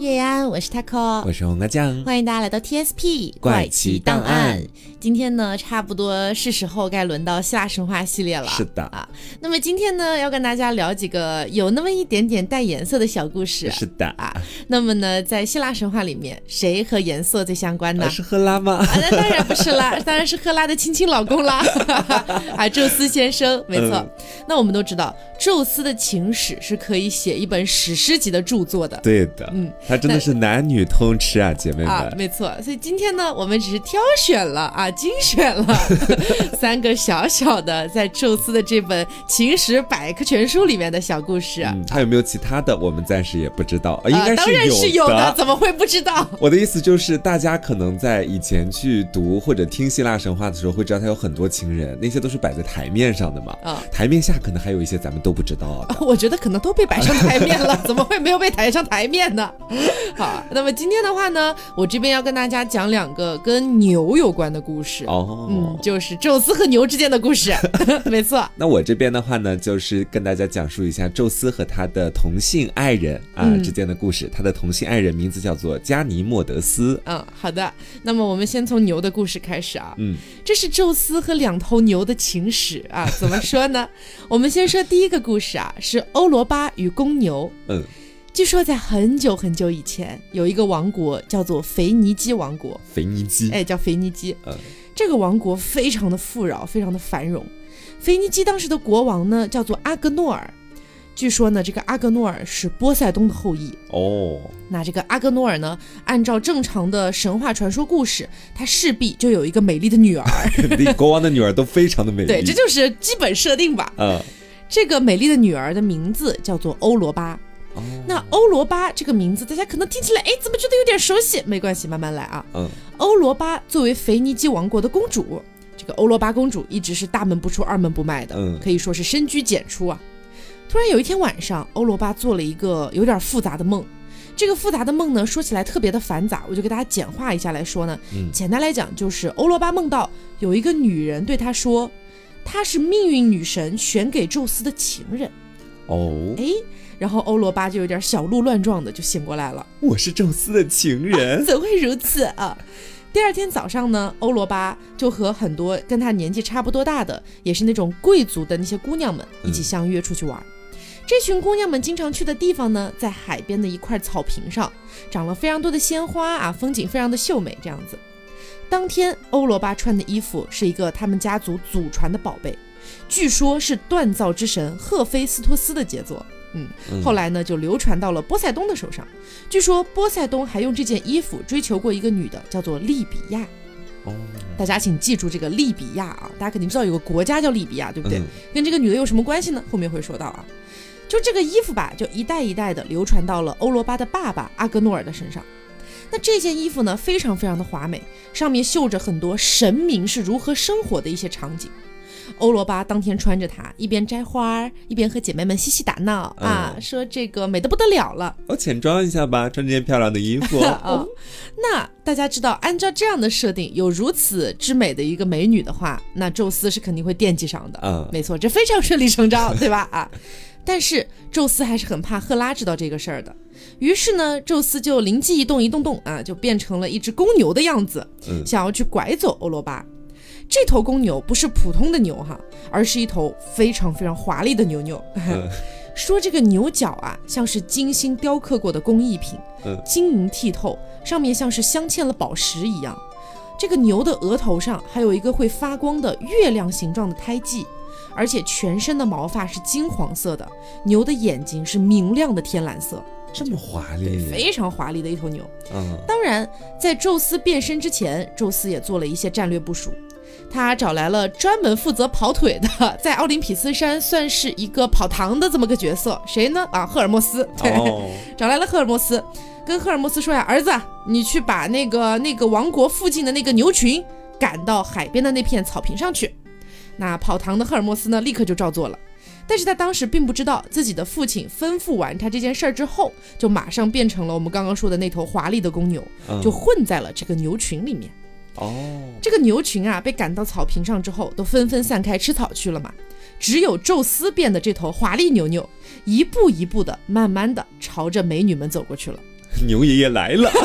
叶安，我是 Taco， 我是红阿酱， 欢迎大家来到 TSP 怪奇档案。 今天呢，差不多是时候该轮到希腊神话系列了。 是的啊，那么今天呢，要跟大家聊几个有那么一点点带颜色的小故事。 是的啊，那么呢，在希腊神话里面，谁和颜色最相关呢？ 是赫拉吗？ 那当然不是啦，当然是赫拉的亲亲老公啦，啊，宙斯先生，没错。那我们都知道，宙斯的情史是可以写一本史诗级的著作的。 对的，他真的是男女通吃啊，姐妹们啊，没错。所以今天呢，我们只是挑选了啊，精选了3个小小的在宙斯的这本情史百科全书里面的小故事。 还有没有其他的，我们暂时也不知道。应该是有的， 当然是有的，怎么会不知道？ 我的意思就是，大家可能在以前去读或者听希腊神话的时候，会知道他有很多情人，那些都是摆在台面上的嘛。台面下可能还有一些咱们都不知道的。 我觉得可能都被摆上台面了，怎么会没有被抬上台面呢？好，那么今天的话呢，我这边要跟大家讲2个跟牛有关的故事。就是宙斯和牛之间的故事。没错。 那我这边的话呢，就是跟大家讲述一下宙斯和他的同性爱人之间的故事。他的同性爱人名字叫做加尼莫德斯。 好的。那么我们先从牛的故事开始啊。这是宙斯和2头牛的情史啊。怎么说呢？我们先说第一个故事啊，是欧罗巴与公牛。据说在很久很久以前，有一个王国叫做腓尼基王国。 腓尼基， 叫腓尼基。这个王国非常的富饶，非常的繁荣。腓尼基当时的国王呢，叫做阿戈诺尔。据说呢，这个阿戈诺尔是波塞冬的后裔。那这个阿戈诺尔呢，按照正常的神话传说故事，他势必就有一个美丽的女儿。 国王的女儿都非常的美丽。 对，这就是基本设定吧。这个美丽的女儿的名字叫做欧罗巴。那欧罗巴这个名字大家可能听起来怎么觉得有点熟悉？没关系，慢慢来啊。欧罗巴作为腓尼基王国的公主，这个欧罗巴公主一直是大门不出二门不迈的，可以说是深居简出啊。突然有一天晚上，欧罗巴做了一个有点复杂的梦。这个复杂的梦呢，说起来特别的繁杂，我就给大家简化一下来说呢。简单来讲，就是欧罗巴梦到有一个女人对她说，她是命运女神选给宙斯的情人。然后欧罗巴就有点小鹿乱撞的就醒过来了。 我是宙斯的情人？ 怎会如此啊？第二天早上呢，欧罗巴就和很多跟他年纪差不多大的，也是那种贵族的那些姑娘们一起相约出去玩。这群姑娘们经常去的地方呢，在海边的一块草坪上，长了非常多的鲜花啊，风景非常的秀美这样子。当天欧罗巴穿的衣服是一个他们家族祖传的宝贝，据说是锻造之神赫菲斯托斯的杰作。后来呢，就流传到了波塞冬的手上。据说波塞冬还用这件衣服追求过一个女的，叫做利比亚。大家请记住这个利比亚啊，大家肯定知道有个国家叫利比亚，对不对？跟这个女的有什么关系呢？后面会说到啊。就这个衣服吧，就一代一代的流传到了欧罗巴的爸爸阿戈诺尔的身上。那这件衣服呢，非常非常的华美，上面绣着很多神明是如何生活的一些场景。欧罗巴当天穿着它，一边摘花一边和姐妹们嬉戏打闹说这个美得不得了了。 浅装一下吧，穿这件漂亮的衣服。 那大家知道，按照这样的设定，有如此之美的一个美女的话，那宙斯是肯定会惦记上的。没错，这非常顺理成章，对吧？但是宙斯还是很怕赫拉知道这个事儿的。于是呢，宙斯就灵机一动就变成了一只公牛的样子，想要去拐走欧罗巴。这头公牛不是普通的牛而是一头非常非常华丽的牛牛。说这个牛角啊，像是精心雕刻过的工艺品，晶莹剔透，上面像是镶嵌了宝石一样。这个牛的额头上还有一个会发光的月亮形状的胎记，而且全身的毛发是金黄色的，牛的眼睛是明亮的天蓝色。 这么华丽， 非常华丽的一头牛。当然在宙斯变身之前，宙斯也做了一些战略部署。他找来了专门负责跑腿的，在奥林匹斯山算是一个跑堂的这么个角色。谁呢？赫尔墨斯。找来了赫尔墨斯，跟赫尔墨斯说呀，儿子，你去把那个王国附近的那个牛群赶到海边的那片草坪上去。那跑堂的赫尔墨斯呢，立刻就照做了。但是他当时并不知道，自己的父亲吩咐完他这件事儿之后，就马上变成了我们刚刚说的那头华丽的公牛，就混在了这个牛群里面。这个牛群啊，被赶到草坪上之后，都纷纷散开吃草去了嘛。只有宙斯变的这头华丽牛牛，一步一步的，慢慢的朝着美女们走过去了。 牛爷爷来了。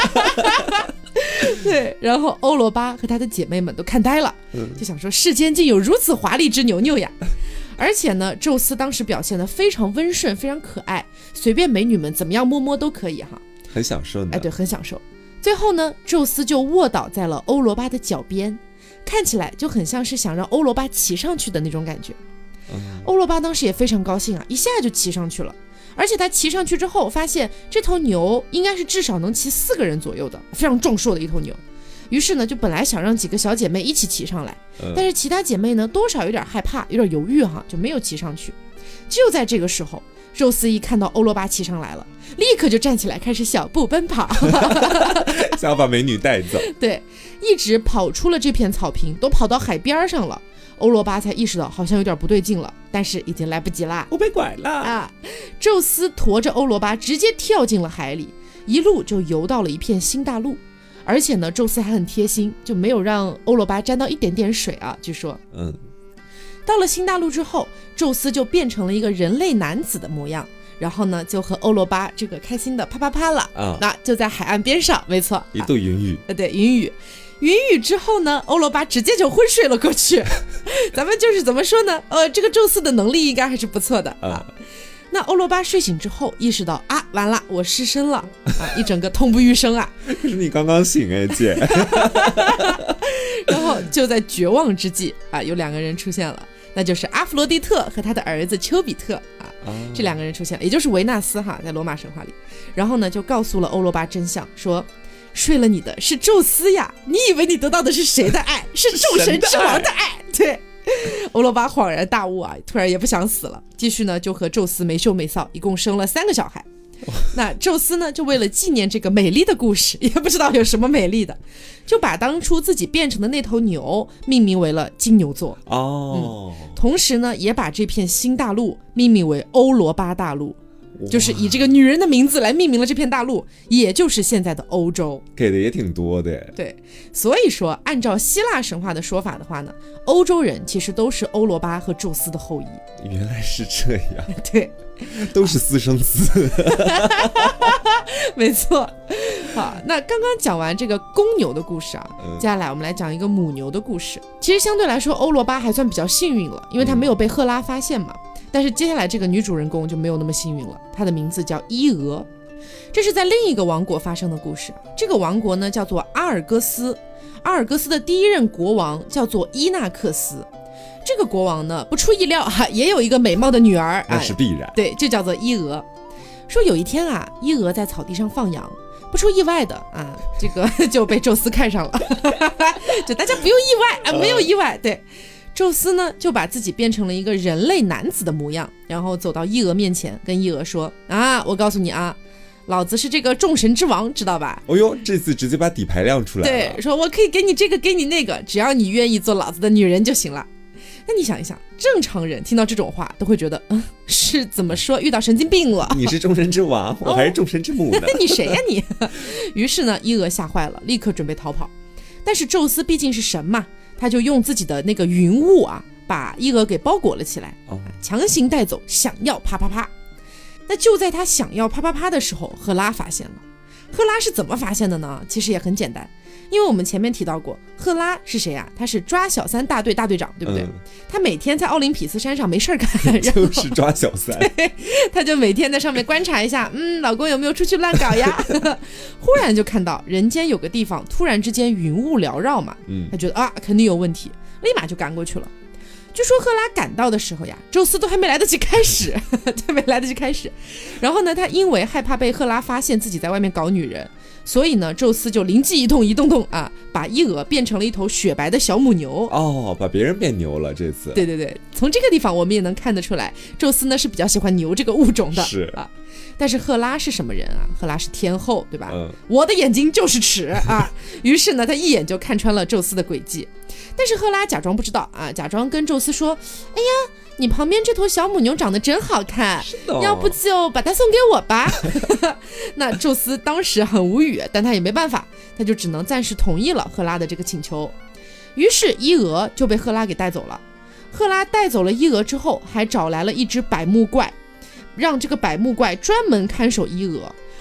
对，然后欧罗巴和他的姐妹们都看呆了，就想说世间竟有如此华丽之牛牛呀。而且呢，宙斯当时表现得非常温顺，非常可爱，随便美女们怎么样摸摸都可以哈， 很享受呢。 哎，对，很享受。最后呢，宙斯就卧倒在了欧罗巴的脚边，看起来就很像是想让欧罗巴骑上去的那种感觉。欧罗巴当时也非常高兴啊，一下就骑上去了。而且他骑上去之后，发现这头牛应该是至少能骑4个人左右的，非常壮硕的一头牛。于是呢，就本来想让几个小姐妹一起骑上来，但是其他姐妹呢，多少有点害怕，有点犹豫哈，就没有骑上去。就在这个时候，宙斯一看到欧罗巴骑上来了，立刻就站起来开始小步奔跑， 想要把美女带走。 对，一直跑出了这片草坪，都跑到海边上了。欧罗巴才意识到好像有点不对劲了，但是已经来不及啦， 我被拐了啊！宙斯驮着欧罗巴直接跳进了海里，一路就游到了一片新大陆。而且呢，宙斯还很贴心，就没有让欧罗巴沾到一点点水啊。据说，到了新大陆之后，宙斯就变成了一个人类男子的模样，然后呢，就和欧罗巴这个开心的啪啪啪了啊！那就在海岸边上，没错， 一度云雨， 对，云雨。云雨之后呢，欧罗巴直接就昏睡了过去。咱们就是怎么说呢？这个宙斯的能力应该还是不错的啊。那欧罗巴睡醒之后意识到啊，完了，我失身了啊，一整个痛不欲生啊。 可是你刚刚醒哎，姐。 然后就在绝望之际啊，有2个人出现了，那就是阿弗罗狄特和他的儿子丘比特啊。这2个人出现了，也就是维纳斯哈，在罗马神话里。然后呢，就告诉了欧罗巴真相，说睡了你的是宙斯呀，你以为你得到的是谁的爱？是众神之王的爱。对，欧罗巴恍然大悟啊，突然也不想死了，继续呢就和宙斯没羞没臊，一共生了3个小孩。那宙斯呢，就为了纪念这个美丽的故事，也不知道有什么美丽的，就把当初自己变成的那头牛命名为了金牛座同时呢，也把这片新大陆命名为欧罗巴大陆。就是以这个女人的名字来命名了这片大陆，也就是现在的欧洲。 给的也挺多的。 对，所以说按照希腊神话的说法的话呢，欧洲人其实都是欧罗巴和宙斯的后裔。 原来是这样。 对， 都是私生子。 没错。好，那刚刚讲完这个公牛的故事啊，接下来我们来讲一个母牛的故事。其实相对来说，欧罗巴还算比较幸运了，因为他没有被赫拉发现嘛。但是接下来这个女主人公就没有那么幸运了，她的名字叫伊俄。这是在另一个王国发生的故事。这个王国呢叫做阿尔戈斯，阿尔戈斯的第1任国王叫做伊纳克斯。这个国王呢不出意料也有一个美貌的女儿， 那是必然。 对，就叫做伊俄。说有一天啊，伊俄在草地上放羊，不出意外的啊，这个就被宙斯看上了。就大家不用意外没有意外。对，宙斯呢就把自己变成了一个人类男子的模样，然后走到伊俄面前，跟伊俄说啊，我告诉你啊，老子是这个众神之王，知道吧？ 哦哟，这次直接把底牌亮出来了。 对，说我可以给你这个给你那个，只要你愿意做老子的女人就行了。那你想一想，正常人听到这种话都会觉得是怎么说遇到神经病了。 你是众神之王，我还是众神之母呢。 你谁呀你？于是呢，伊俄吓坏了，立刻准备逃跑。但是宙斯毕竟是神嘛，他就用自己的那个云雾啊，把伊俄给包裹了起来，强行带走，想要啪啪啪。那就在他想要啪啪啪的时候，赫拉发现了。赫拉是怎么发现的呢？其实也很简单，因为我们前面提到过，赫拉是谁啊？他是抓小三大队大队长，对不对？他每天在奥林匹斯山上没事干， 就是抓小三。 他就每天在上面观察一下，老公有没有出去乱搞呀？忽然就看到人间有个地方突然之间云雾缭绕嘛，他觉得啊肯定有问题，立马就赶过去了。据说赫拉赶到的时候呀，宙斯都还没来得及开始，然后呢，他因为害怕被赫拉发现自己在外面搞女人，所以呢，宙斯就灵机一动啊，把伊俄变成了一头雪白的小母牛。 把别人变牛了这次。 对，从这个地方我们也能看得出来，宙斯呢是比较喜欢牛这个物种的。 是啊。 但是赫拉是什么人啊？赫拉是天后，对吧？我的眼睛就是尺啊！于是呢，他一眼就看穿了宙斯的诡计。但是赫拉假装不知道啊，假装跟宙斯说：“哎呀，你旁边这头小母牛长得真好看，要不就把它送给我吧。”那宙斯当时很无语，但他也没办法，他就只能暂时同意了赫拉的这个请求。于是伊俄就被赫拉给带走了。赫拉带走了伊俄之后，还找来了一只百目怪，让这个百目怪专门看守伊俄，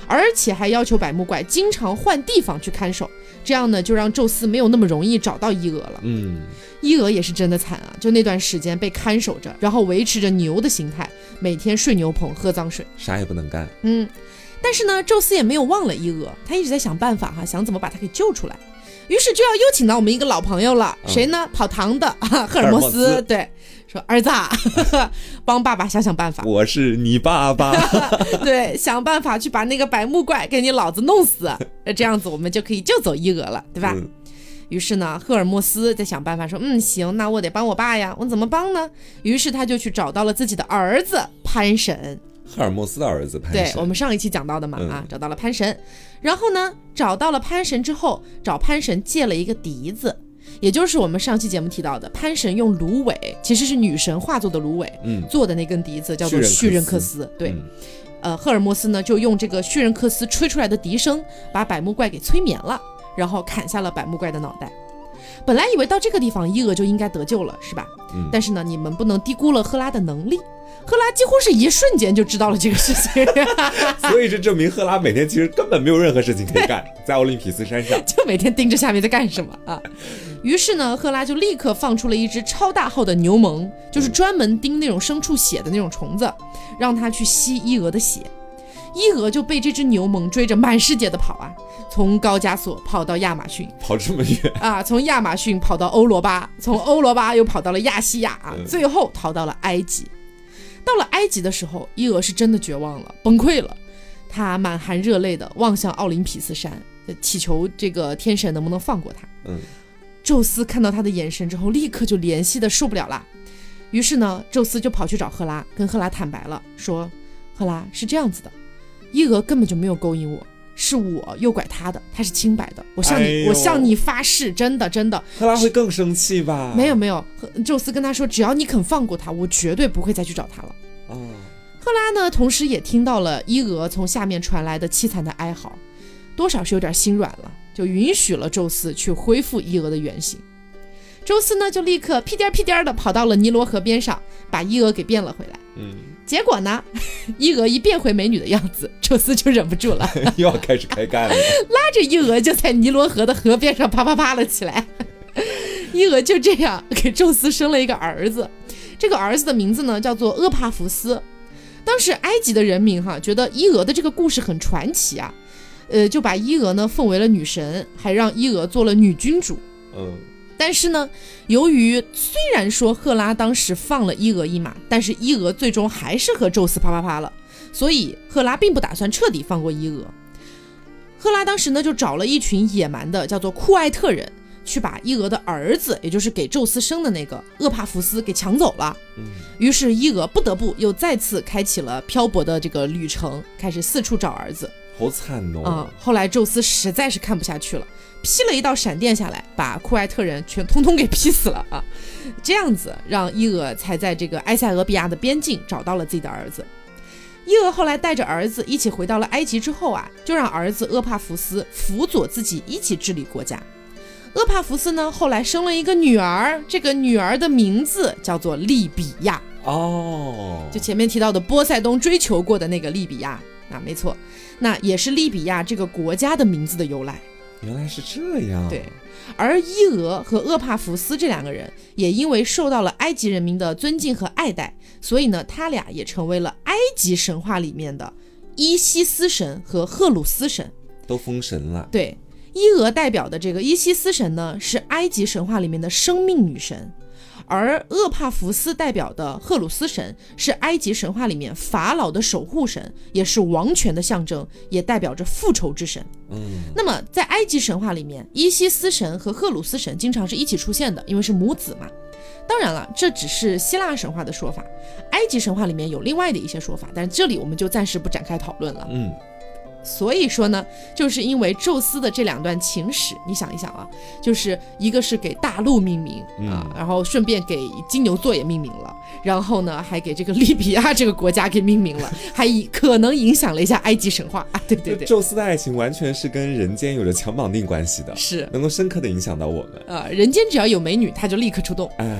而且还要求百目怪经常换地方去看守，这样呢就让宙斯没有那么容易找到伊俄了。伊俄也是真的惨啊，就那段时间被看守着，然后维持着牛的形态，每天睡牛棚喝脏水， 啥也不能干。 但是呢，宙斯也没有忘了伊俄，他一直在想办法想怎么把他给救出来。于是就要又请到我们一个老朋友了，谁呢？跑堂的赫尔墨斯。对，说儿子帮爸爸想想办法， 我是你爸爸。 对，想办法去把那个百目怪给你老子弄死，这样子我们就可以救走伊俄了，对吧？于是呢，赫尔墨斯在想办法说，行，那我得帮我爸呀，我怎么帮呢？于是他就去找到了自己的儿子潘神。 赫尔墨斯的儿子潘神， 对，我们上一期讲到的嘛，找到了潘神。然后呢，找到了潘神之后，找潘神借了一个笛子，也就是我们上期节目提到的潘神用芦苇，其实是女神化作的芦苇，做的那根笛子叫做叙任克斯。对，赫尔墨斯呢就用这个叙任克斯吹出来的笛声，把百目怪给催眠了，然后砍下了百目怪的脑袋。本来以为到这个地方伊俄就应该得救了，是吧？但是呢，你们不能低估了赫拉的能力。赫拉几乎是一瞬间就知道了这个事情， 所以这证明赫拉每天其实根本没有任何事情可以干，在奥林匹斯山上就每天盯着下面在干什么啊。于是呢，赫拉就立刻放出了一只超大号的牛虻，就是专门叮那种牲畜血的那种虫子，让它去吸伊俄的血。伊俄就被这只牛虻追着满世界的跑啊，从高加索跑到亚马逊， 跑这么远啊，从亚马逊跑到欧罗巴，从欧罗巴又跑到了亚细亚啊，最后逃到了埃及。到了埃及的时候，伊俄是真的绝望了，崩溃了，他满含热泪的望向奥林匹斯山，祈求这个天神能不能放过他。宙斯看到他的眼神之后，立刻就怜惜的受不了啦。于是呢，宙斯就跑去找赫拉，跟赫拉坦白了，说赫拉是这样子的，伊俄根本就没有勾引我，是我诱拐他的，他是清白的，我向你发誓，真的真的。 赫拉会更生气吧？ 没有，宙斯跟他说，只要你肯放过他，我绝对不会再去找他了。赫拉呢，同时也听到了伊俄从下面传来的凄惨的哀嚎，多少是有点心软了，就允许了宙斯去恢复伊俄的原形。宙斯呢，就立刻屁颠屁颠的跑到了尼罗河边上，把伊俄给变了回来。结果呢，伊俄一变回美女的样子，宙斯就忍不住了， 又要开始开干了， 拉着伊俄就在尼罗河的河边上啪啪啪了起来。伊俄就这样给宙斯生了一个儿子，这个儿子的名字呢叫做阿帕福斯。当时埃及的人民觉得伊俄的这个故事很传奇啊，就把伊俄呢奉为了女神，还让伊俄做了女君主。但是呢，由于虽然说赫拉当时放了伊俄一马，但是伊俄最终还是和宙斯啪啪啪了，所以赫拉并不打算彻底放过伊俄。赫拉当时呢就找了一群野蛮的叫做库艾特人，去把伊俄的儿子，也就是给宙斯生的那个厄帕福斯给抢走了。于是伊俄不得不又再次开启了漂泊的这个旅程，开始四处找儿子。 好惨哦。 后来宙斯实在是看不下去了，劈了一道闪电下来，把库艾特人全通通给劈死了啊！这样子让伊俄才在这个埃塞俄比亚的边境找到了自己的儿子。伊俄后来带着儿子一起回到了埃及之后啊，就让儿子阿帕福斯辅佐自己一起治理国家。阿帕福斯呢，后来生了一个女儿，这个女儿的名字叫做利比亚。就前面提到的波塞冬追求过的那个利比亚，没错，那也是利比亚这个国家的名字的由来。 原来是这样。 对，而伊俄和厄帕福斯这两个人也因为受到了埃及人民的尊敬和爱戴，所以呢，他俩也成为了埃及神话里面的伊西斯神和赫鲁斯神， 都封神了。 对，伊俄代表的这个伊西斯神呢，是埃及神话里面的生命女神，而厄帕福斯代表的赫鲁斯神是埃及神话里面法老的守护神，也是王权的象征，也代表着复仇之神。那么在埃及神话里面，伊西斯神和赫鲁斯神经常是一起出现的，因为是母子嘛。当然了，这只是希腊神话的说法，埃及神话里面有另外的一些说法，但是这里我们就暂时不展开讨论了。所以说呢，就是因为宙斯的这两段情史，你想一想啊，就是一个是给大陆命名然后顺便给金牛座也命名了，然后呢还给这个利比亚这个国家给命名了，还可能影响了一下埃及神话啊。对对对， 宙斯的爱情完全是跟人间有着强绑定关系的， 是能够深刻的影响到我们人间只要有美女，他就立刻出动。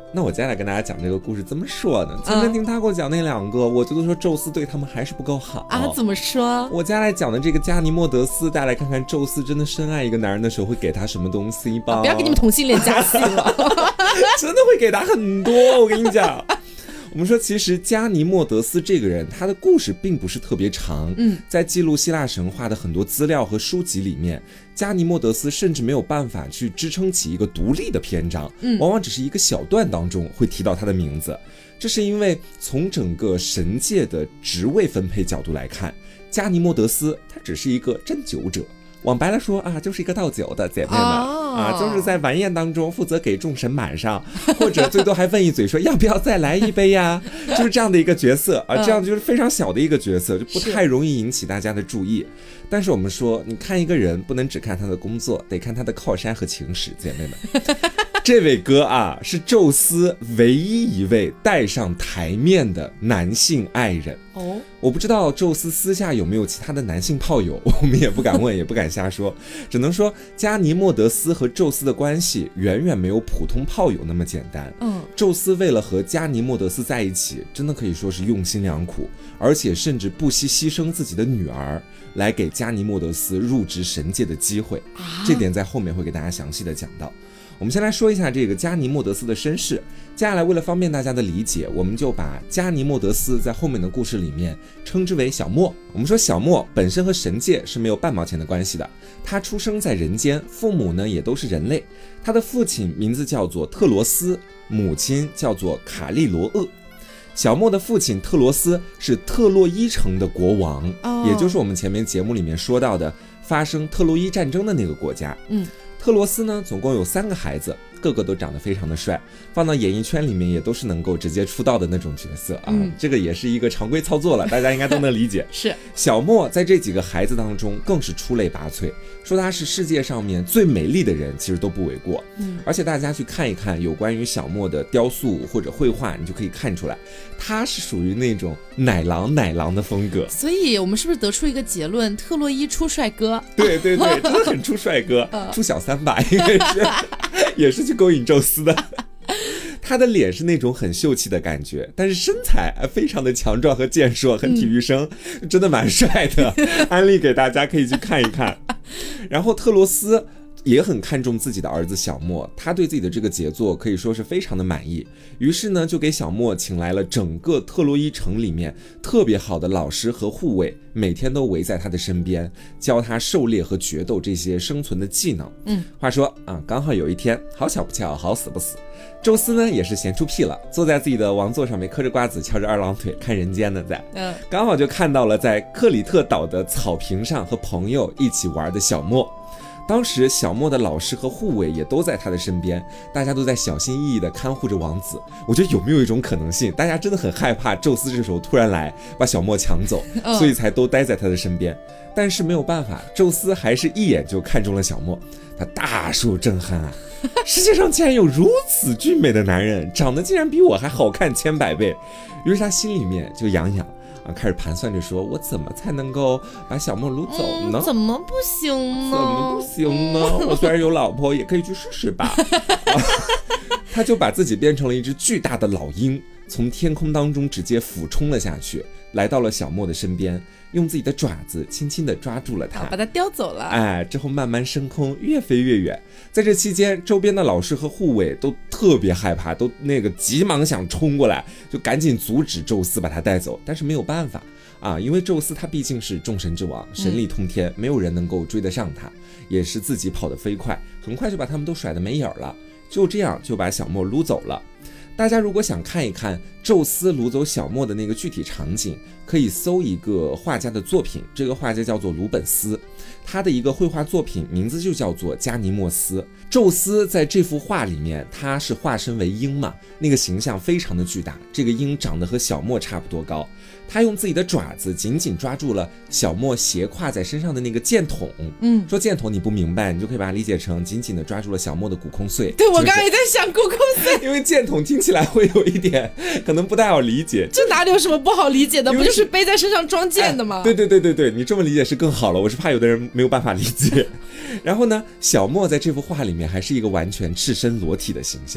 那我接下来跟大家讲这个故事怎么说呢？前面听他给我讲那2个，我觉得说宙斯对他们还是不够好啊。怎么说？ 我接下来讲的这个加尼莫德斯，大家来看看宙斯真的深爱一个男人的时候会给他什么东西吧。 不要给你们同性恋加戏了， 真的会给他很多，我跟你讲。我们说，其实加尼莫德斯这个人，他的故事并不是特别长。在记录希腊神话的很多资料和书籍里面，加尼莫德斯甚至没有办法去支撑起一个独立的篇章，往往只是一个小段当中会提到他的名字。这是因为从整个神界的职位分配角度来看，加尼莫德斯他只是一个斟酒者。往白了说啊，就是一个倒酒的姐妹们就是在晚宴当中负责给众神满上，或者最多还问一嘴说要不要再来一杯呀，就是这样的一个角色这样就是非常小的一个角色，就不太容易引起大家的注意。但是我们说，你看一个人不能只看他的工作，得看他的靠山和情史，姐妹们。这位哥是宙斯唯一一位带上台面的男性爱人。我不知道宙斯私下有没有其他的男性炮友，我们也不敢问，也不敢瞎说，只能说加尼莫德斯和宙斯的关系远远没有普通炮友那么简单。宙斯为了和加尼莫德斯在一起，真的可以说是用心良苦，而且甚至不惜牺牲自己的女儿来给加尼莫德斯入职神界的机会。这点在后面会给大家详细的讲到。我们先来说一下这个加尼莫德斯的身世，接下来为了方便大家的理解，我们就把加尼莫德斯在后面的故事里面称之为小莫。我们说小莫本身和神界是没有半毛钱的关系的，他出生在人间，父母呢也都是人类。他的父亲名字叫做特罗斯，母亲叫做卡利罗厄。小莫的父亲特罗斯是特洛伊城的国王，也就是我们前面节目里面说到的发生特洛伊战争的那个国家。特罗斯呢，总共有3个孩子，个个都长得非常的帅，放到演艺圈里面也都是能够直接出道的那种角色这个也是一个常规操作了，大家应该都能理解。 是小莫在这几个孩子当中更是出类拔萃，说他是世界上面最美丽的人，其实都不为过。而且大家去看一看有关于小莫的雕塑或者绘画，你就可以看出来，他是属于那种奶狼的风格。 所以我们是不是得出一个结论，特洛伊出帅哥？ 对，真的很出帅哥出小三吧，应该是也是去勾引宙斯的。他的脸是那种很秀气的感觉，但是身材非常的强壮和健硕，很体育生，真的蛮帅的，安利给大家可以去看一看。然后特罗斯也很看重自己的儿子小莫，他对自己的这个杰作可以说是非常的满意，于是呢就给小莫请来了整个特洛伊城里面特别好的老师和护卫，每天都围在他的身边，教他狩猎和决斗这些生存的技能。话说刚好有一天，好巧不巧，好死不死，宙斯呢也是闲出屁了，坐在自己的王座上面嗑着瓜子，翘着二郎腿看人间呢，刚好就看到了在克里特岛的草坪上和朋友一起玩的小莫。当时小莫的老师和护卫也都在他的身边，大家都在小心翼翼地看护着王子。我觉得有没有一种可能性，大家真的很害怕宙斯这时候突然来把小莫抢走，所以才都待在他的身边。但是没有办法，宙斯还是一眼就看中了小莫，他大受震撼世界上竟然有如此俊美的男人，长得竟然比我还好看千百倍。于是他心里面就痒痒开始盘算着说，我怎么才能够把小莫掳走呢？ 怎么不行呢？ 我虽然有老婆，也可以去试试吧。他就把自己变成了一只巨大的老鹰，从天空当中直接俯冲了下去，来到了小莫的身边，用自己的爪子轻轻地抓住了他， 把他叼走了。 之后慢慢升空，越飞越远。在这期间，周边的老师和护卫都特别害怕，都那个急忙想冲过来，就赶紧阻止宙斯把他带走。但是没有办法因为宙斯他毕竟是众神之王，神力通天，没有人能够追得上他，也是自己跑得飞快，很快就把他们都甩得没影了。就这样就把小莫掳走了。大家如果想看一看宙斯掳走小莫的那个具体场景，可以搜一个画家的作品，这个画家叫做鲁本斯，他的一个绘画作品名字就叫做加尼莫斯。宙斯在这幅画里面，他是化身为鹰嘛，那个形象非常的巨大，这个鹰长得和小莫差不多高，他用自己的爪子紧紧抓住了小莫斜挎在身上的那个箭筒。说箭筒你不明白，你就可以把它理解成紧紧的抓住了小莫的骨空碎。 对，我刚刚也在想骨空碎， 因为箭筒听起来会有一点可能不太好理解。 这哪里有什么不好理解的？不就是背在身上装箭的吗？ 对，你这么理解是更好了，我是怕有的人没有办法理解。然后呢，小莫在这幅画里面还是一个完全赤身裸体的形象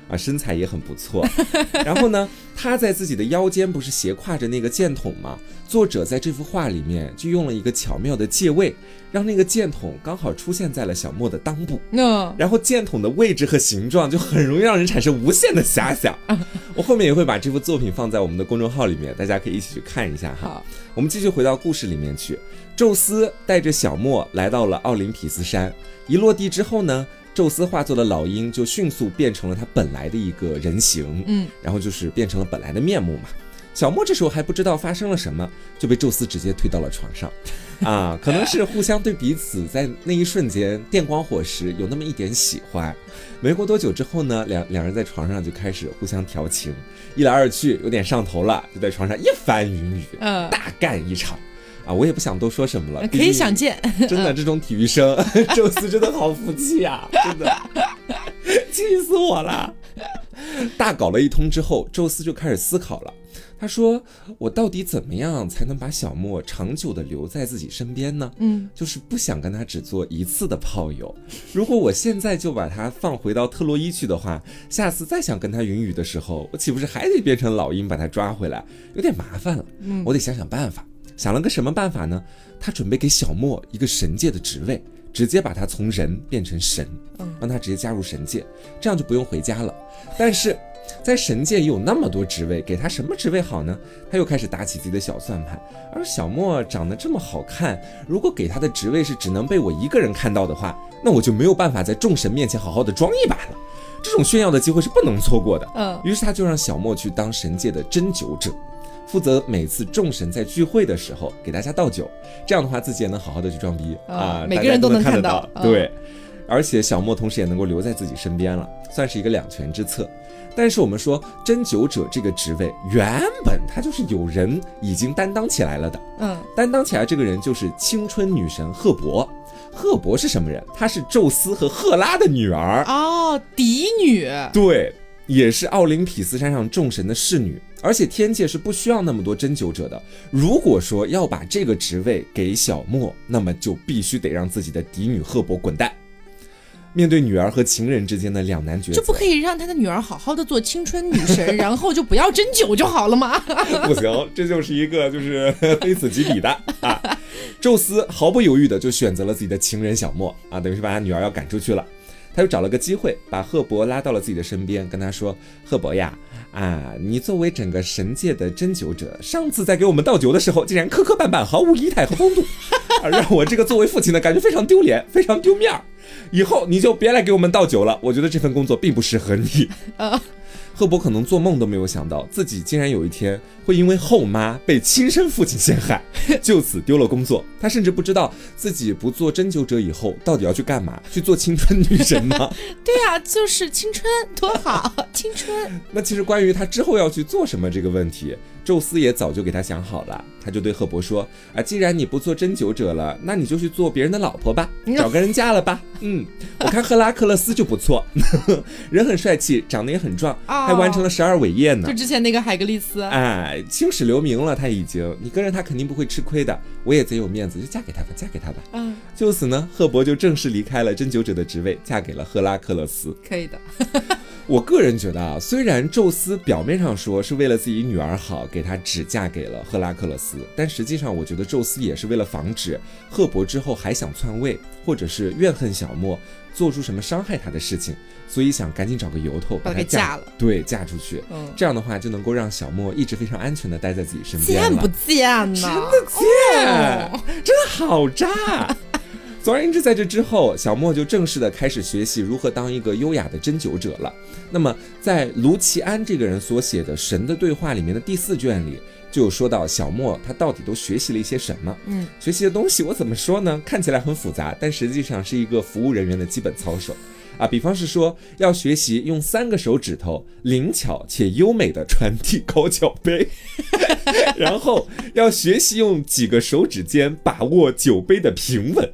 啊，身材也很不错。然后呢，他在自己的腰间不是斜挎着那个剑筒吗？作者在这幅画里面就用了一个巧妙的借位，让那个剑筒刚好出现在了小莫的裆部，然后剑筒的位置和形状就很容易让人产生无限的遐想。我后面也会把这幅作品放在我们的公众号里面，大家可以一起去看一下哈。我们继续回到故事里面去，宙斯带着小莫来到了奥林匹斯山，一落地之后呢，宙斯化作的老鹰就迅速变成了他本来的一个人形，然后就是变成了本来的面目嘛。小莫这时候还不知道发生了什么，就被宙斯直接推到了床上啊，可能是互相对彼此在那一瞬间电光火石有那么一点喜欢。没过多久之后呢，两人在床上就开始互相调情，一来二去有点上头了，就在床上一番云雨，大干一场啊！我也不想多说什么了， 可以想见， 真的这种体育生，宙斯真的好服气啊，真的气死我了。大搞了一通之后，宙斯就开始思考了。他说，我到底怎么样才能把小莫长久的留在自己身边呢？就是不想跟他只做一次的炮友。如果我现在就把他放回到特洛伊去的话，下次再想跟他云雨的时候，我岂不是还得变成老鹰把他抓回来，有点麻烦了。我得想想办法。想了个什么办法呢？他准备给小莫一个神界的职位，直接把他从人变成神，让他直接加入神界，这样就不用回家了。但是在神界也有那么多职位，给他什么职位好呢？他又开始打起自己的小算盘。而小莫长得这么好看，如果给他的职位是只能被我一个人看到的话，那我就没有办法在众神面前好好的装一把了。这种炫耀的机会是不能错过的。于是他就让小莫去当神界的针灸者，负责每次众神在聚会的时候给大家倒酒，这样的话自己也能好好的去装逼啊， 每个人都能看得到。 对，而且小莫同时也能够留在自己身边了，算是一个两全之策。但是我们说针灸者这个职位原本他就是有人已经担当起来了的，担当起来这个人就是青春女神赫伯。赫伯是什么人？她是宙斯和赫拉的女儿哦，嫡女。 对，也是奥林匹斯山上众神的侍女，而且天界是不需要那么多针灸者的。如果说要把这个职位给小莫，那么就必须得让自己的嫡女赫伯滚蛋。面对女儿和情人之间的两难抉择， 就不可以让他的女儿好好的做青春女神，然后就不要针灸就好了吗？ 不行，这就是一个就是非此即彼的啊！宙斯毫不犹豫的就选择了自己的情人小莫啊，等于是把他女儿要赶出去了。他又找了个机会，把赫伯拉到了自己的身边，跟他说：“赫伯呀，你作为整个神界的针灸者，上次在给我们倒酒的时候，竟然磕磕绊绊，毫无仪态和风度，让我这个作为父亲的感觉非常丢脸，非常丢面儿。以后你就别来给我们倒酒了，我觉得这份工作并不适合你。”赫伯可能做梦都没有想到，自己竟然有一天会因为后妈被亲生父亲陷害，就此丢了工作。他甚至不知道自己不做针灸者以后到底要去干嘛，去做青春女神吗？ 对啊，就是青春多好，青春。 那其实关于他之后要去做什么这个问题，宙斯也早就给他想好了。他就对赫伯说：“既然你不做针灸者了，那你就去做别人的老婆吧，找个人嫁了吧。我看赫拉克勒斯就不错，人很帅气，长得也很壮，还完成了12伟业呢。 就之前那个海格力斯， 青史留名了，他已经，你跟着他肯定不会吃亏的。我也贼有面子，就嫁给他吧，嫁给他吧。就此呢，赫伯就正式离开了针灸者的职位，嫁给了赫拉克勒斯。 可以的。 我个人觉得虽然宙斯表面上说是为了自己女儿好，给她只嫁给了赫拉克勒斯，但实际上我觉得宙斯也是为了防止赫伯之后还想篡位，或者是怨恨小莫，做出什么伤害他的事情，所以想赶紧找个由头把她嫁了，对，嫁出去。这样的话就能够让小莫一直非常安全的待在自己身边了。 贱不贱呢？ 真的贱，真的好渣。总而言之，在这之后，小莫就正式的开始学习如何当一个优雅的针灸者了。那么在卢奇安这个人所写的《神的对话》里面的第4卷里，就有说到小莫他到底都学习了一些什么。学习的东西我怎么说呢？看起来很复杂，但实际上是一个服务人员的基本操守比方是说要学习用3个手指头灵巧且优美的传递高脚杯然后要学习用几个手指间把握酒杯的平稳，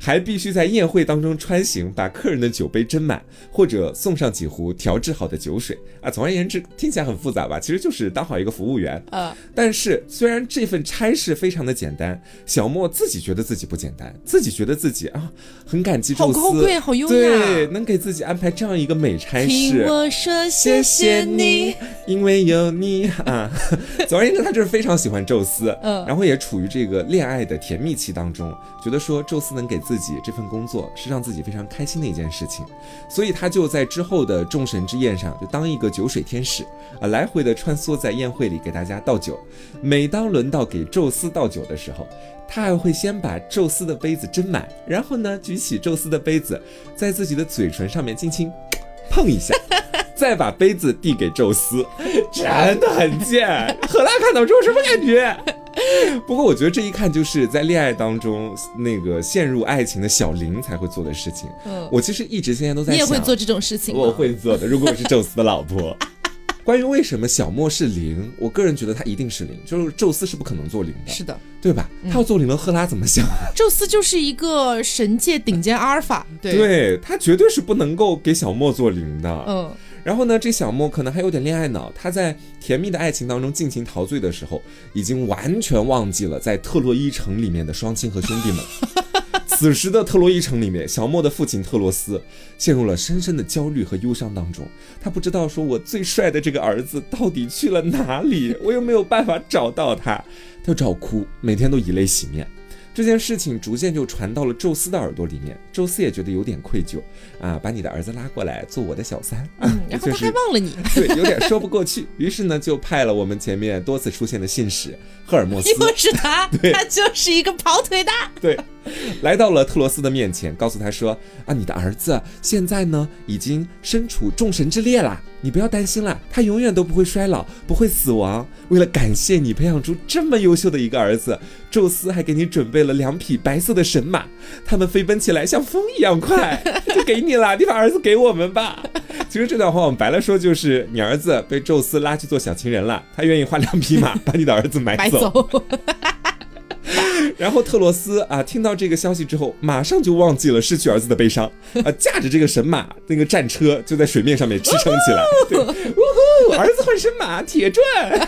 还必须在宴会当中穿行，把客人的酒杯斟满，或者送上几壶调制好的酒水啊。总而言之，听起来很复杂吧？其实就是当好一个服务员。但是虽然这份差事非常的简单，小莫自己觉得自己不简单，自己觉得自己很感激宙斯， 好高贵，好优雅， 对，能给自己安排这样一个美差事。 听我说谢谢你， 因为有你啊。总而言之，他就是非常喜欢宙斯，然后也处于这个恋爱的甜蜜期当中，觉得说宙斯能给自己这份工作是让自己非常开心的一件事情，所以他就在之后的众神之宴上就当一个酒水天使来回的穿梭在宴会里给大家倒酒。每当轮到给宙斯倒酒的时候，他还会先把宙斯的杯子斟满，然后呢举起宙斯的杯子，在自己的嘴唇上面轻轻碰一下，再把杯子递给宙斯，真的很贱。赫拉看到之后什么感觉？不过我觉得这一看就是在恋爱当中那个陷入爱情的小林才会做的事情。我其实一直现在都在想， 你也会做这种事情吗？ 我会做的，如果我是宙斯的老婆。关于为什么小莫是零，我个人觉得他一定是零，就是宙斯是不可能做零的， 是的， 对吧？他要做零了，赫拉怎么想啊？ 宙斯就是一个神界顶尖阿尔法， 对，他绝对是不能够给小莫做零的。然后呢，这小莫可能还有点恋爱脑，他在甜蜜的爱情当中尽情陶醉的时候，已经完全忘记了在特洛伊城里面的双亲和兄弟们。此时的特洛伊城里面，小莫的父亲特洛斯陷入了深深的焦虑和忧伤当中，他不知道说我最帅的这个儿子到底去了哪里，我又没有办法找到他，他就只好哭，每天都以泪洗面。这件事情逐渐就传到了宙斯的耳朵里面，宙斯也觉得有点愧疚把你的儿子拉过来做我的小三， 然后他还忘了你， 对，有点说不过去。于是呢，就派了我们前面多次出现的信使赫尔墨斯， 又是他，他就是一个跑腿的， 对，来到了特罗斯的面前，告诉他说你的儿子现在呢已经身处众神之列啦，你不要担心啦，他永远都不会衰老，不会死亡。为了感谢你培养出这么优秀的一个儿子，宙斯还给你准备了2匹白色的神马，他们飞奔起来像风一样快，就给你了，你把儿子给我们吧。其实这段话我们白了说就是你儿子被宙斯拉去做小情人了，他愿意花2匹马把你的儿子买走。然后特洛斯听到这个消息之后，马上就忘记了失去儿子的悲伤驾着这个神马那个战车就在水面上面驰骋起来，对，儿子换神马铁传。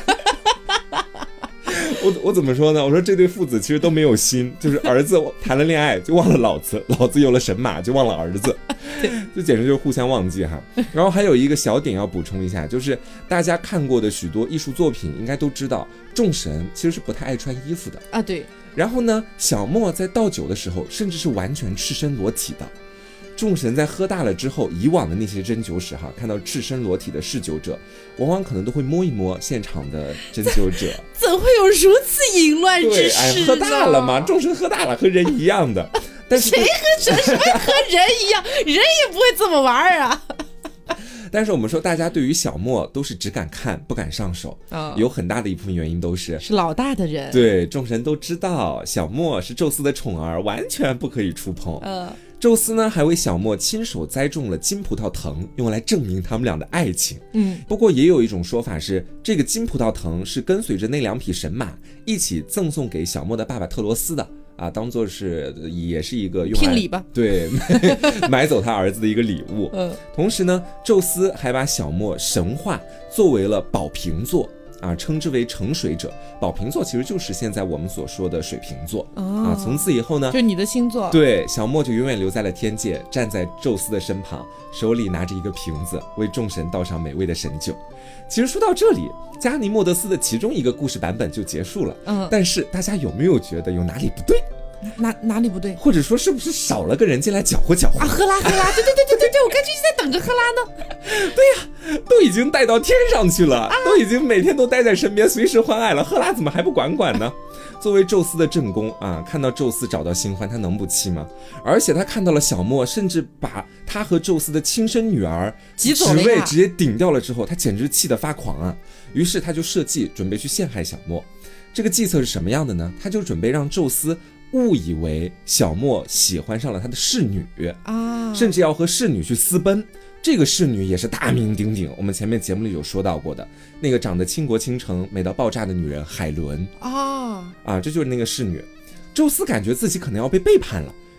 我怎么说呢？我说这对父子其实都没有心，就是儿子谈了恋爱就忘了老子，老子有了神马就忘了儿子，就简直就是互相忘记哈。然后还有一个小点要补充一下，就是大家看过的许多艺术作品应该都知道，众神其实是不太爱穿衣服的啊。对。 然后呢，小莫在倒酒的时候甚至是完全赤身裸体的。众神在喝大了之后，以往的那些斟酒使看到赤身裸体的嗜酒者，往往可能都会摸一摸现场的斟酒者。 怎会有如此淫乱之事呢？ 喝大了嘛，众神喝大了和人一样的。但是谁和人一样？人也不会这么玩啊。 但是我们说大家对于小莫都是只敢看不敢上手，有很大的一部分原因都是老大的人， 对，众神都知道小莫是宙斯的宠儿，完全不可以触碰。宙斯呢还为小莫亲手栽种了金葡萄藤，用来证明他们俩的爱情。不过也有一种说法是，这个金葡萄藤是跟随着那2匹神马一起赠送给小莫的爸爸特罗斯的当做是也是一个用来聘礼吧， 对，买走他儿子的一个礼物。同时呢，宙斯还把小莫神化作为了宝瓶座称之为乘水者。宝瓶座其实就是现在我们所说的水瓶座从此以后呢， 就你的星座， 对，小莫就永远留在了天界，站在宙斯的身旁，手里拿着一个瓶子，为众神倒上美味的神酒。其实说到这里，加尼莫德斯的其中一个故事版本就结束了。但是大家有没有觉得有哪里不对？ 哪里不对？ 或者说是不是少了个人进来搅和搅和赫拉，对，我刚就一直在等着赫拉呢。 对呀，都已经带到天上去了，都已经每天都待在身边，随时欢爱了，赫拉怎么还不管呢？作为宙斯的正宫看到宙斯找到新欢，他能不气吗？而且他看到了小莫，甚至把他和宙斯的亲生女儿职位直接顶掉了之后，他简直气得发狂于是他就设计准备去陷害小莫。这个计策是什么样的呢？他就准备让宙斯误以为小莫喜欢上了他的侍女甚至要和侍女去私奔。这个侍女也是大名鼎鼎，我们前面节目里有说到过的，那个长得倾国倾城美到爆炸的女人海伦这就是那个侍女。宙斯感觉自己可能要被背叛了，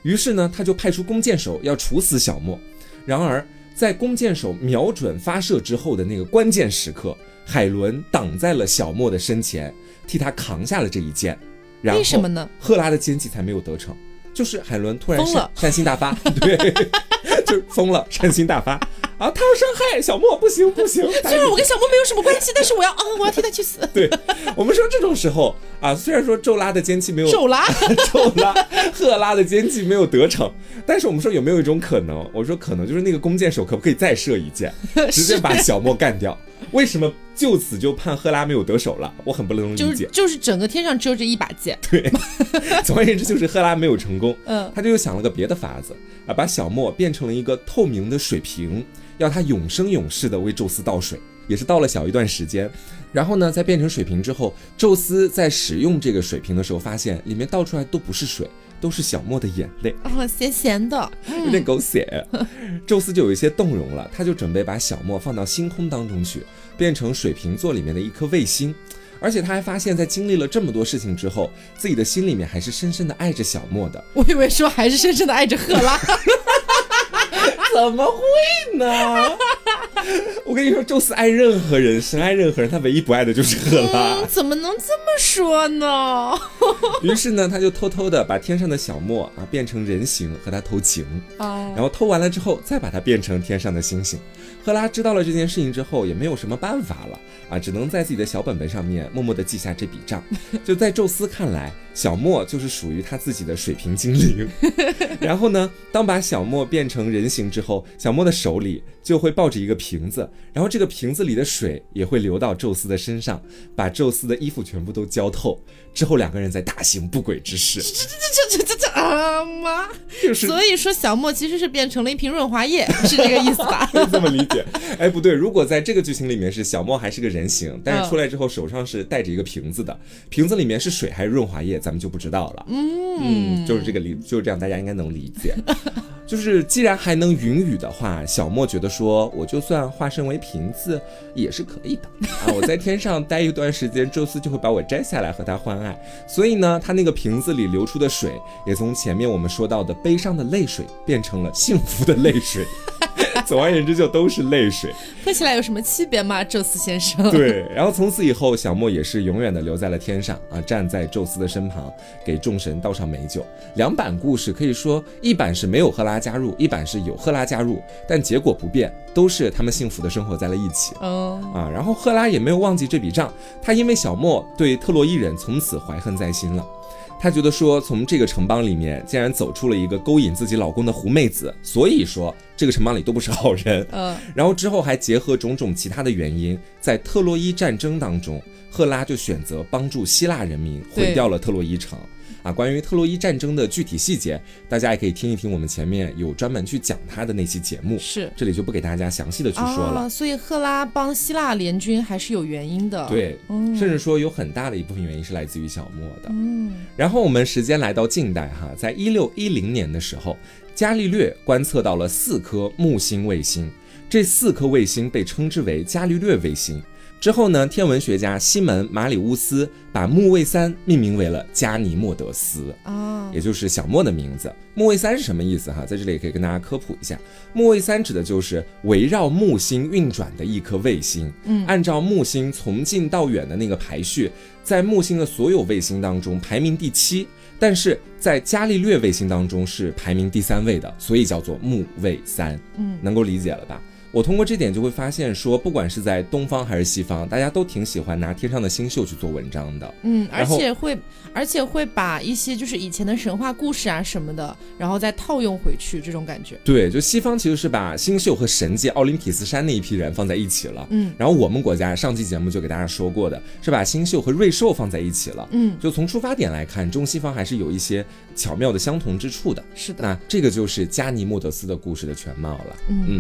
于是呢，他就派出弓箭手要处死小莫。然而在弓箭手瞄准发射之后的那个关键时刻，海伦挡在了小莫的身前，替他扛下了这一箭。然后为什么呢？ 赫拉的奸计才没有得逞，就是海伦突然疯了善心大发，对，就是疯了，善心大发啊！他要伤害小莫，不行不行。 虽然我跟小莫没有什么关系，但是我要替他去死。 对，我们说这种时候啊，虽然说宙拉的奸计没有赫拉的奸计没有得逞，但是我们说有没有一种可能？我说可能就是那个弓箭手可不可以再射一箭，直接把小莫干掉？为什么就此就判赫拉没有得手了？我很不能理解。 就是整个天上只有这一把剑。 对，总而言之就是赫拉没有成功。他就又想了个别的法子啊，把小莫变成了一个透明的水瓶，要他永生永世的为宙斯倒水。也是倒了小一段时间，然后呢，在变成水瓶之后，宙斯在使用这个水瓶的时候，发现里面倒出来都不是水，都是小莫的眼泪， 咸咸的， 有点狗血。宙斯就有一些动容了，他就准备把小莫放到星空当中去，变成水瓶座里面的一颗卫星。而且他还发现，在经历了这么多事情之后，自己的心里面还是深深的爱着小莫的。 我以为说还是深深的爱着赫拉。 怎么会呢？我跟你说，宙斯爱任何人，神爱任何人，他唯一不爱的就是赫拉。 怎么能这么说呢？ 于是呢，他就偷偷的把天上的小莫变成人形和他偷情，然后偷完了之后再把他变成天上的星星。赫拉知道了这件事情之后，也没有什么办法了只能在自己的小本本上面默默的记下这笔账。就在宙斯看来，小莫就是属于他自己的水瓶精灵。然后呢，当把小莫变成人形之后，小莫的手里就会抱着一个瓶子，然后这个瓶子里的水也会流到宙斯的身上，把宙斯的衣服全部都浇透，之后两个人再大行不轨之事。 妈！所以说小莫其实是变成了一瓶润滑液，是这个意思吧？ 可以这么理解。哎，不对，如果在这个剧情里面是小莫还是个人形，但是出来之后手上是带着一个瓶子的，瓶子里面是水还是润滑液，咱们就不知道了。就是就是这样，大家应该能理解。就是既然还能云雨的话，小莫觉得说，我就算化身为瓶子也是可以的我在天上待一段时间，宙斯就会把我摘下来和他欢爱。所以呢，他那个瓶子里流出的水，也从前面我们说到的悲伤的泪水变成了幸福的泪水。总而言之，就都是泪水。 喝起来有什么区别吗，宙斯先生？ 对，然后从此以后，小莫也是永远的留在了天上站在宙斯的身旁，给众神倒上美酒。两版故事可以说，一版是没有赫拉加入，一版是有赫拉加入，但结果不变，都是他们幸福的生活在了一起。然后赫拉也没有忘记这笔账，他因为小莫对特洛伊人从此怀恨在心了。他觉得说，从这个城邦里面竟然走出了一个勾引自己老公的狐妹子，所以说这个城邦里都不是好人。然后之后还结合种种其他的原因，在特洛伊战争当中，赫拉就选择帮助希腊人民毁掉了特洛伊城。关于特洛伊战争的具体细节，大家也可以听一听我们前面有专门去讲他的那期节目， 是这里就不给大家详细的去说了。 所以赫拉帮希腊联军还是有原因的。 对，甚至说有很大的一部分原因是来自于小莫的。然后我们时间来到近代在1610年的时候，伽利略观测到了4颗木星卫星，这4颗卫星被称之为伽利略卫星。之后呢，天文学家西门马里乌斯把木卫三命名为了加尼莫德斯，也就是小莫的名字。木卫三是什么意思在这里也可以跟大家科普一下。木卫三指的就是围绕木星运转的一颗卫星，按照木星从近到远的那个排序，在木星的所有卫星当中排名第7，但是在伽利略卫星当中是排名第3位的，所以叫做木卫三。能够理解了吧？我通过这点就会发现说，不管是在东方还是西方，大家都挺喜欢拿天上的星宿去做文章的。 而且会把一些就是以前的神话故事什么的，然后再套用回去，这种感觉。 对，就西方其实是把星宿和神界奥林匹斯山那一批人放在一起了。然后我们国家上期节目就给大家说过的是把星宿和瑞兽放在一起了。就从出发点来看，中西方还是有一些巧妙的相同之处的。 是的， 那这个就是加尼莫德斯的故事的全貌了。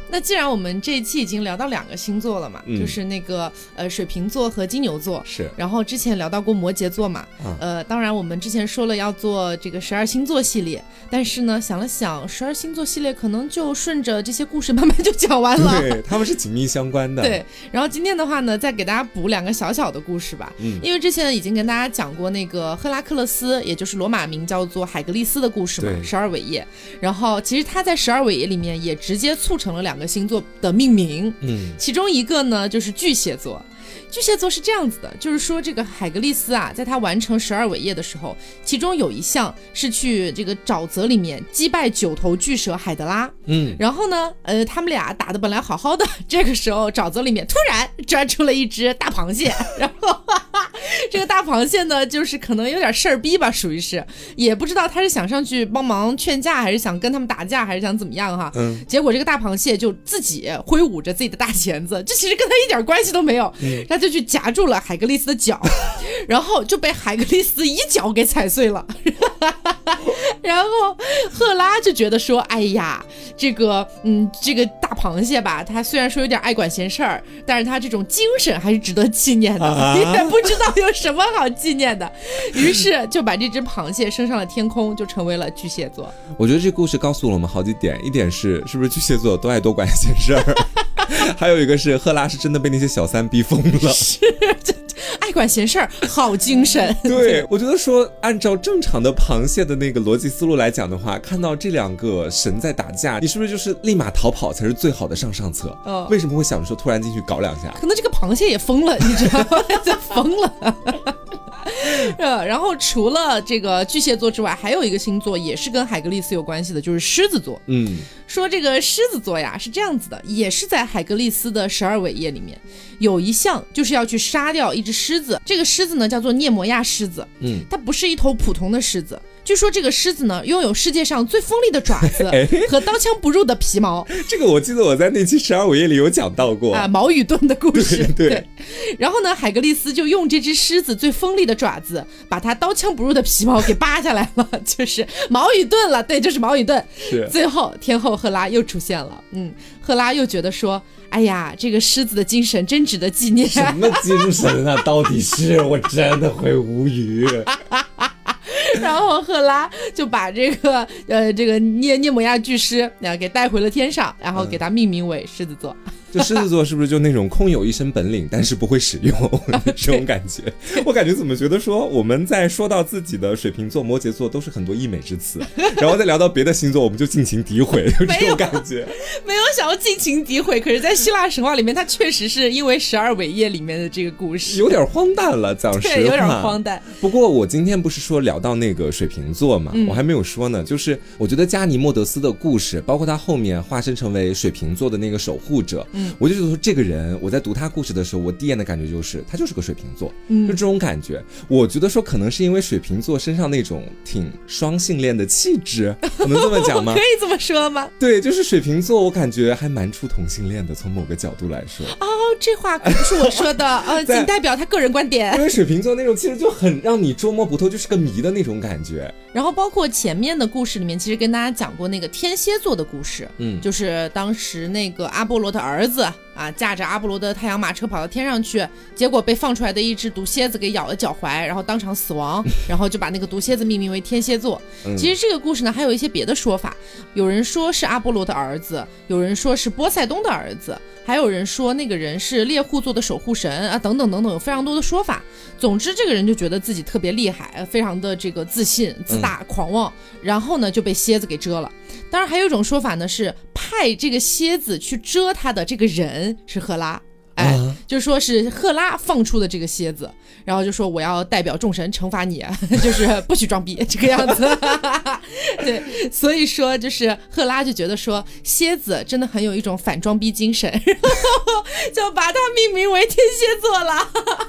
那既然我们这一期已经聊到2个星座了嘛，就是那个水瓶座和金牛座， 是。 然后之前聊到过摩羯座嘛，当然我们之前说了要做这个12星座系列，但是呢想了想12星座系列可能就顺着这些故事慢慢就讲完了， 对，他们是紧密相关的。 对，然后今天的话呢再给大家补2个小小的故事吧，因为之前已经跟大家讲过那个赫拉克勒斯，也就是罗马名叫做海格力斯的故事嘛，12伟业，然后其实他在12伟业里面也直接促成了2个星座的命名，其中一个呢就是巨蟹座。巨蟹座是这样子的，就是说这个海格力斯啊，在他完成12伟业的时候，其中有一项是去这个沼泽里面击败9头巨蛇海德拉，然后呢，他们俩打得本来好好的，这个时候沼泽里面突然钻出了一只大螃蟹，然后这个大螃蟹呢，就是可能有点事儿逼吧，属于是，也不知道他是想上去帮忙劝架，还是想跟他们打架，还是想怎么样哈，结果这个大螃蟹就自己挥舞着自己的大钳子，这其实跟他一点关系都没有，他就去夹住了海格力斯的脚，然后就被海格力斯一脚给踩碎了。然后赫拉就觉得说，哎呀，这个大螃蟹吧，他虽然说有点爱管闲事儿，但是他这种精神还是值得纪念的，也不知道有什么好纪念的，于是就把这只螃蟹升上了天空，就成为了巨蟹座。 我觉得这故事告诉了我们好几点，一点是不是巨蟹座都爱多管闲事儿，还有一个是赫拉是真的被那些小三逼疯了， 是爱管闲事儿，好精神。 对，我觉得说按照正常的螃蟹的那个逻辑思路来讲的话，看到这2个神在打架，你是不是就是立马逃跑才是最好的上策？为什么会想说突然进去搞2下？ 可能这个螃蟹也疯了，你知道吗？就疯了。然后除了这个巨蟹座之外，还有一个星座也是跟海格力斯有关系的，就是狮子座。说这个狮子座呀是这样子的，也是在海格力斯的12伟业里面有一项就是要去杀掉一只狮子，这个狮子呢叫做涅摩亚狮子，它不是一头普通的狮子。据说这个狮子呢拥有世界上最锋利的爪子和刀枪不入的皮毛。 这个我记得我在那期12伟业里有讲到过啊，矛与盾的故事。 对。 然后呢，海格力斯就用这只狮子最锋利的爪子，把它刀枪不入的皮毛给扒下来了，就是矛与盾了。对，就是矛与盾。 是。 最后天后赫拉又出现了，赫拉又觉得说，哎呀，这个狮子的精神真值得纪念。 什么精神啊？到底是我真的会无语。 然后赫拉就把这个涅摩亚巨狮给带回了天上，然后给它命名为狮子座。 就狮子座是不是就那种空有一身本领但是不会使用这种感觉？我感觉怎么觉得说我们在说到自己的水瓶座摩羯座都是很多溢美之词，然后再聊到别的星座我们就尽情诋毁，有这种感觉。 没有想要尽情诋毁，可是在希腊神话里面它确实是因为12伟业里面的这个故事有点荒诞了，讲实话对，有点荒诞。 不过我今天不是说聊到那个水瓶座嘛，我还没有说呢，就是我觉得加尼莫德斯的故事包括他后面化身成为水瓶座的那个守护者，我就觉得说这个人，我在读他故事的时候，我第一眼的感觉就是他就是个水瓶座，就这种感觉。我觉得说可能是因为水瓶座身上那种挺双性恋的气质，我能这么讲吗？ 可以这么说吗？ 对，就是水瓶座我感觉还蛮出同性恋的，从某个角度来说。 这话可不是我说的，仅代表他个人观点。 因为水瓶座那种其实就很让你捉摸不透，就是个谜的那种感觉。 然后包括前面的故事里面，其实跟大家讲过那个天蝎座的故事，就是当时那个阿波罗的儿子啊，驾着阿波罗的太阳马车跑到天上去，结果被放出来的一只毒蝎子给咬了脚踝，然后当场死亡，然后就把那个毒蝎子命名为天蝎座。其实这个故事呢还有一些别的说法，有人说是阿波罗的儿子，有人说是波塞冬的儿子，还有人说那个人是猎户座的守护神啊，等等等等，有非常多的说法。总之这个人就觉得自己特别厉害，非常的这个自信自大狂妄，然后呢就被蝎子给蛰了。当然还有一种说法呢，是派这个蝎子去蛰他的这个人是赫拉，就说是赫拉放出的这个蝎子，然后就说我要代表众神惩罚你，就是不许装逼这个样子。对，所以说就是赫拉就觉得说蝎子真的很有一种反装逼精神，然后就把它命名为天蝎座了。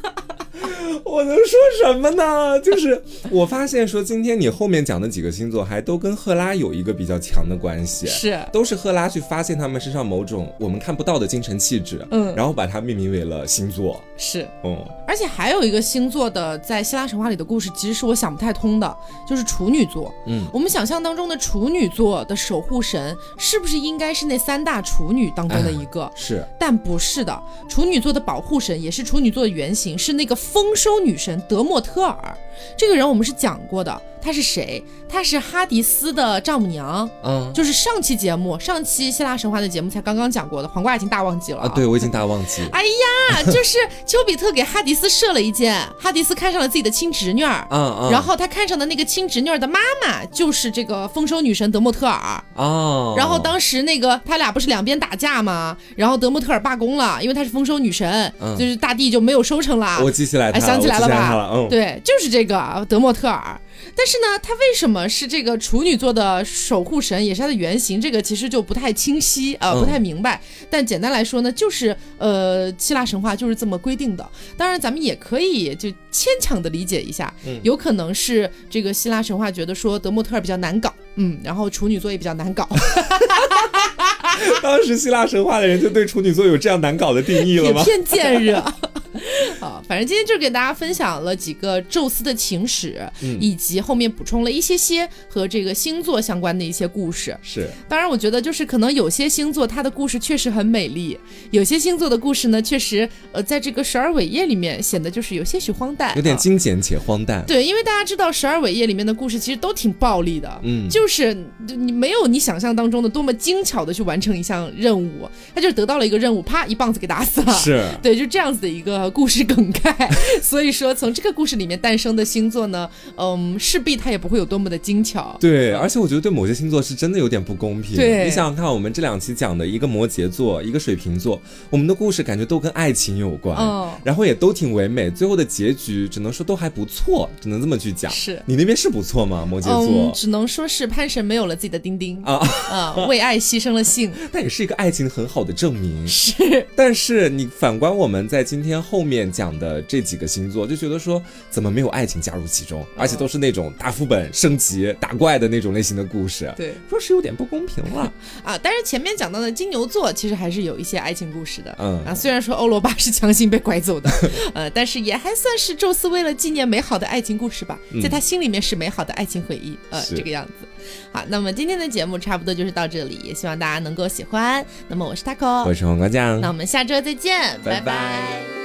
我能说什么呢？就是我发现说今天你后面讲的几个星座还都跟赫拉有一个比较强的关系， 是都是赫拉去发现他们身上某种我们看不到的精神气质，然后把它命名为了星座。 是，而且还有一个星座的在希腊神话里的故事，其实是我想不太通的，就是处女座。我们想象当中的处女座的守护神，是不是应该是那3大处女当中的一个？ 是， 但不是的，处女座的保护神也是处女座的原型，是那个丰收女神德莫特尔。这个人我们是讲过的，她是谁？她是哈迪斯的丈母娘，就是上期希腊神话的节目才刚刚讲过的，黄瓜已经大忘记了对，我已经大忘记。 哎呀，就是丘比特给哈迪斯射了一箭，哈迪斯看上了自己的亲侄女儿，然后他看上的那个亲侄女儿的妈妈就是这个丰收女神德莫特尔。然后当时那个他俩不是两边打架吗？然后德莫特尔罢工了，因为她是丰收女神，就是大地就没有收成了。 我记起来他， 想起来了吧？对，就是这个德莫特尔。但是呢，他为什么是这个处女座的守护神，也是他的原型？这个其实就不太清晰不太明白。但简单来说呢，就是希腊神话就是这么规定的。当然，咱们也可以就牵强的理解一下，有可能是这个希腊神话觉得说德莫特尔比较难搞，然后处女座也比较难搞。 当时希腊神话的人就对处女座有这样难搞的定义了吗？ 偏见热。反正今天就给大家分享了几个宙斯的情史，以及后面补充了一些和这个星座相关的一些故事。 是， 当然我觉得就是可能有些星座它的故事确实很美丽，有些星座的故事呢确实在这个十二伟业里面显得就是有些许荒诞， 有点精简且荒诞。 对，因为大家知道十二伟业里面的故事其实都挺暴力的，就是你没有你想象当中的多么精巧的去完成一项任务，他就是得到了一个任务，啪一棒子给打死了。 是， 对，就这样子的一个故事梗概。所以说从这个故事里面诞生的星座呢，势必它也不会有多么的精巧。 对，而且我觉得对某些星座是真的有点不公平。 对， 你想想看，我们这2期讲的一个摩羯座，一个水瓶座，我们的故事感觉都跟爱情有关，然后也都挺唯美，最后的结局只能说都还不错，只能这么去讲。 是， 你那边是不错吗？摩羯座， 只能说是潘神没有了自己的丁丁为爱牺牲了性， 但也是一个爱情很好的证明。 是， 但是你反观我们在今天后面讲的这几个星座，就觉得说怎么没有爱情加入其中，而且都是那种大副本升级打怪的那种类型的故事。 对， 说是有点不公平了但是前面讲到的金牛座其实还是有一些爱情故事的。虽然说欧罗巴是强行被拐走的但是也还算是宙斯为了纪念美好的爱情故事吧，在他心里面是美好的爱情回忆这个样子。好，那么今天的节目差不多就是到这里，也希望大家能够喜欢。那么我是 Taco， 我是黄瓜酱， 那我们下周再见，拜拜。